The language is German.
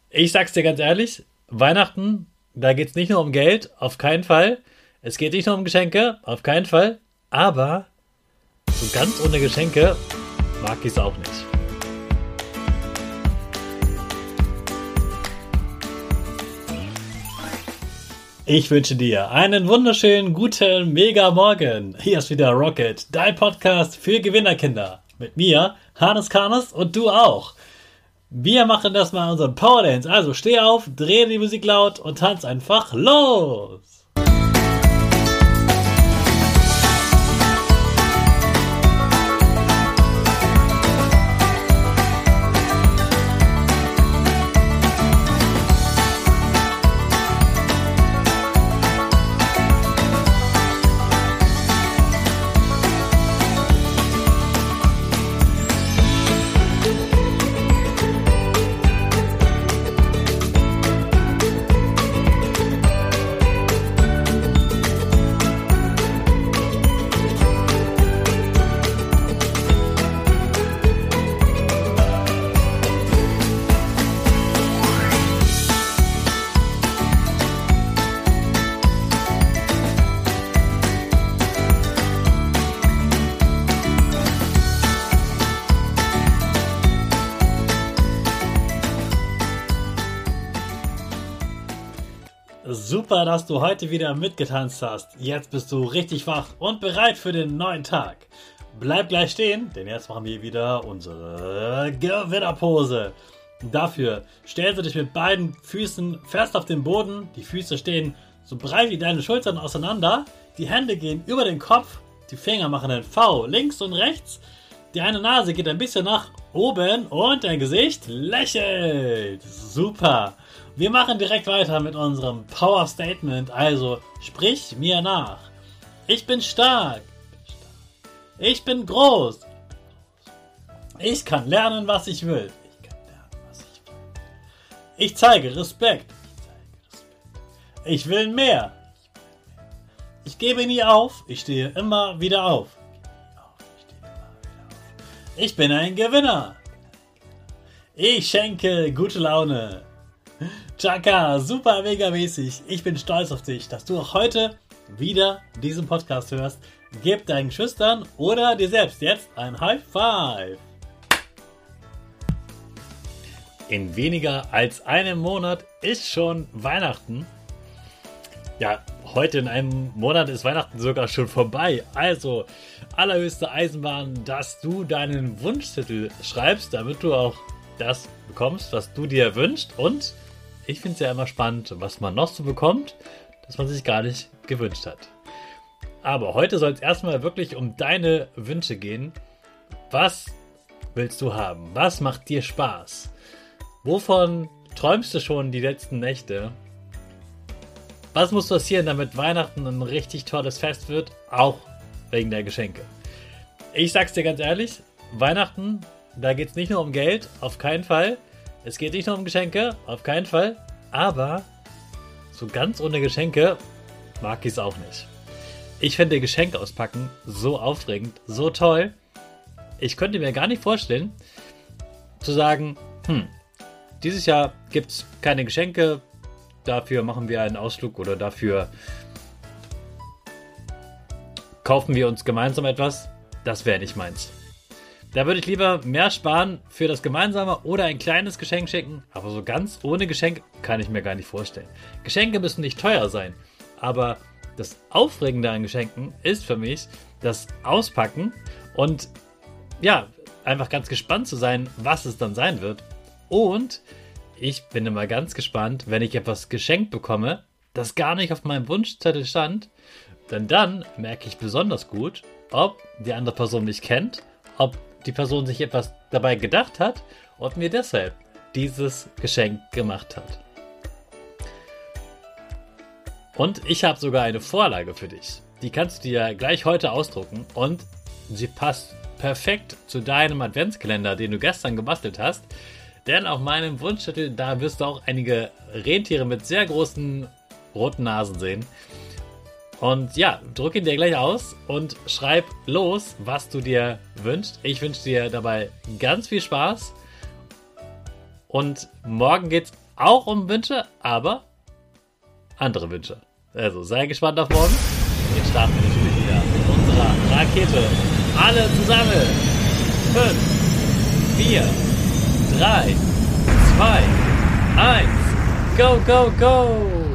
Ich sag's dir ganz ehrlich, Weihnachten, da geht's nicht nur um Geld, auf keinen Fall. Es geht nicht nur um Geschenke, auf keinen Fall. Aber so ganz ohne Geschenke mag ich's auch nicht. Ich wünsche dir einen wunderschönen, guten, mega Morgen. Hier ist wieder Rocket, dein Podcast für Gewinnerkinder. Mit mir, Hannes Karnes und du auch. Wir machen das mal unseren Power Dance. Also steh auf, dreh die Musik laut und tanz einfach los. Super, dass du heute wieder mitgetanzt hast. Jetzt bist du richtig wach und bereit für den neuen Tag. Bleib gleich stehen, denn jetzt machen wir wieder unsere Gewinnerpose. Dafür stellst du dich mit beiden Füßen fest auf den Boden. Die Füße stehen so breit wie deine Schultern auseinander. Die Hände gehen über den Kopf. Die Finger machen ein V links und rechts. Die eine Nase geht ein bisschen nach oben und dein Gesicht lächelt. Super. Wir machen direkt weiter mit unserem Power Statement. Also sprich mir nach. Ich bin stark. Ich bin groß. Ich kann lernen, was ich will. Ich zeige Respekt. Ich will mehr. Ich gebe nie auf. Ich stehe immer wieder auf. Ich bin ein Gewinner. Ich schenke gute Laune. Chaka, super mega mäßig. Ich bin stolz auf dich, dass du auch heute wieder diesen Podcast hörst. Gib deinen Geschwistern oder dir selbst jetzt ein High Five. In weniger als einem Monat ist schon Weihnachten. Ja, heute in einem Monat ist Weihnachten sogar schon vorbei. Also allerhöchste Eisenbahn, dass du deinen Wunschzettel schreibst, damit du auch das bekommst, was du dir wünschst. Und ich finde es ja immer spannend, was man noch so bekommt, das man sich gar nicht gewünscht hat. Aber heute soll es erstmal wirklich um deine Wünsche gehen. Was willst du haben? Was macht dir Spaß? Wovon träumst du schon die letzten Nächte? Was muss passieren, damit Weihnachten ein richtig tolles Fest wird? Auch wegen der Geschenke. Ich sag's dir ganz ehrlich, Weihnachten, da geht's nicht nur um Geld, auf keinen Fall. Es geht nicht nur um Geschenke, auf keinen Fall. Aber so ganz ohne Geschenke mag ich es auch nicht. Ich finde Geschenke auspacken so aufregend, so toll. Ich könnte mir gar nicht vorstellen, zu sagen, dieses Jahr gibt's keine Geschenke, dafür machen wir einen Ausflug oder dafür kaufen wir uns gemeinsam etwas. Das wäre nicht meins. Da würde ich lieber mehr sparen für das Gemeinsame oder ein kleines Geschenk schenken. Aber so ganz ohne Geschenk kann ich mir gar nicht vorstellen. Geschenke müssen nicht teuer sein. Aber das Aufregende an Geschenken ist für mich das Auspacken. Und ja, einfach ganz gespannt zu sein, was es dann sein wird. Und ich bin immer ganz gespannt, wenn ich etwas geschenkt bekomme, das gar nicht auf meinem Wunschzettel stand. Denn dann merke ich besonders gut, ob die andere Person mich kennt, ob die Person sich etwas dabei gedacht hat und mir deshalb dieses Geschenk gemacht hat. Und ich habe sogar eine Vorlage für dich. Die kannst du dir gleich heute ausdrucken und sie passt perfekt zu deinem Adventskalender, den du gestern gebastelt hast. Denn auf meinem Wunschzettel, da wirst du auch einige Rentiere mit sehr großen roten Nasen sehen. Und ja, druck ihn dir gleich aus und schreib los, was du dir wünschst. Ich wünsche dir dabei ganz viel Spaß. Und morgen geht's auch um Wünsche, aber andere Wünsche. Also sei gespannt auf morgen. Jetzt starten wir natürlich wieder mit unserer Rakete. Alle zusammen. 5, 4, 3, 2, 1. Go, go, go!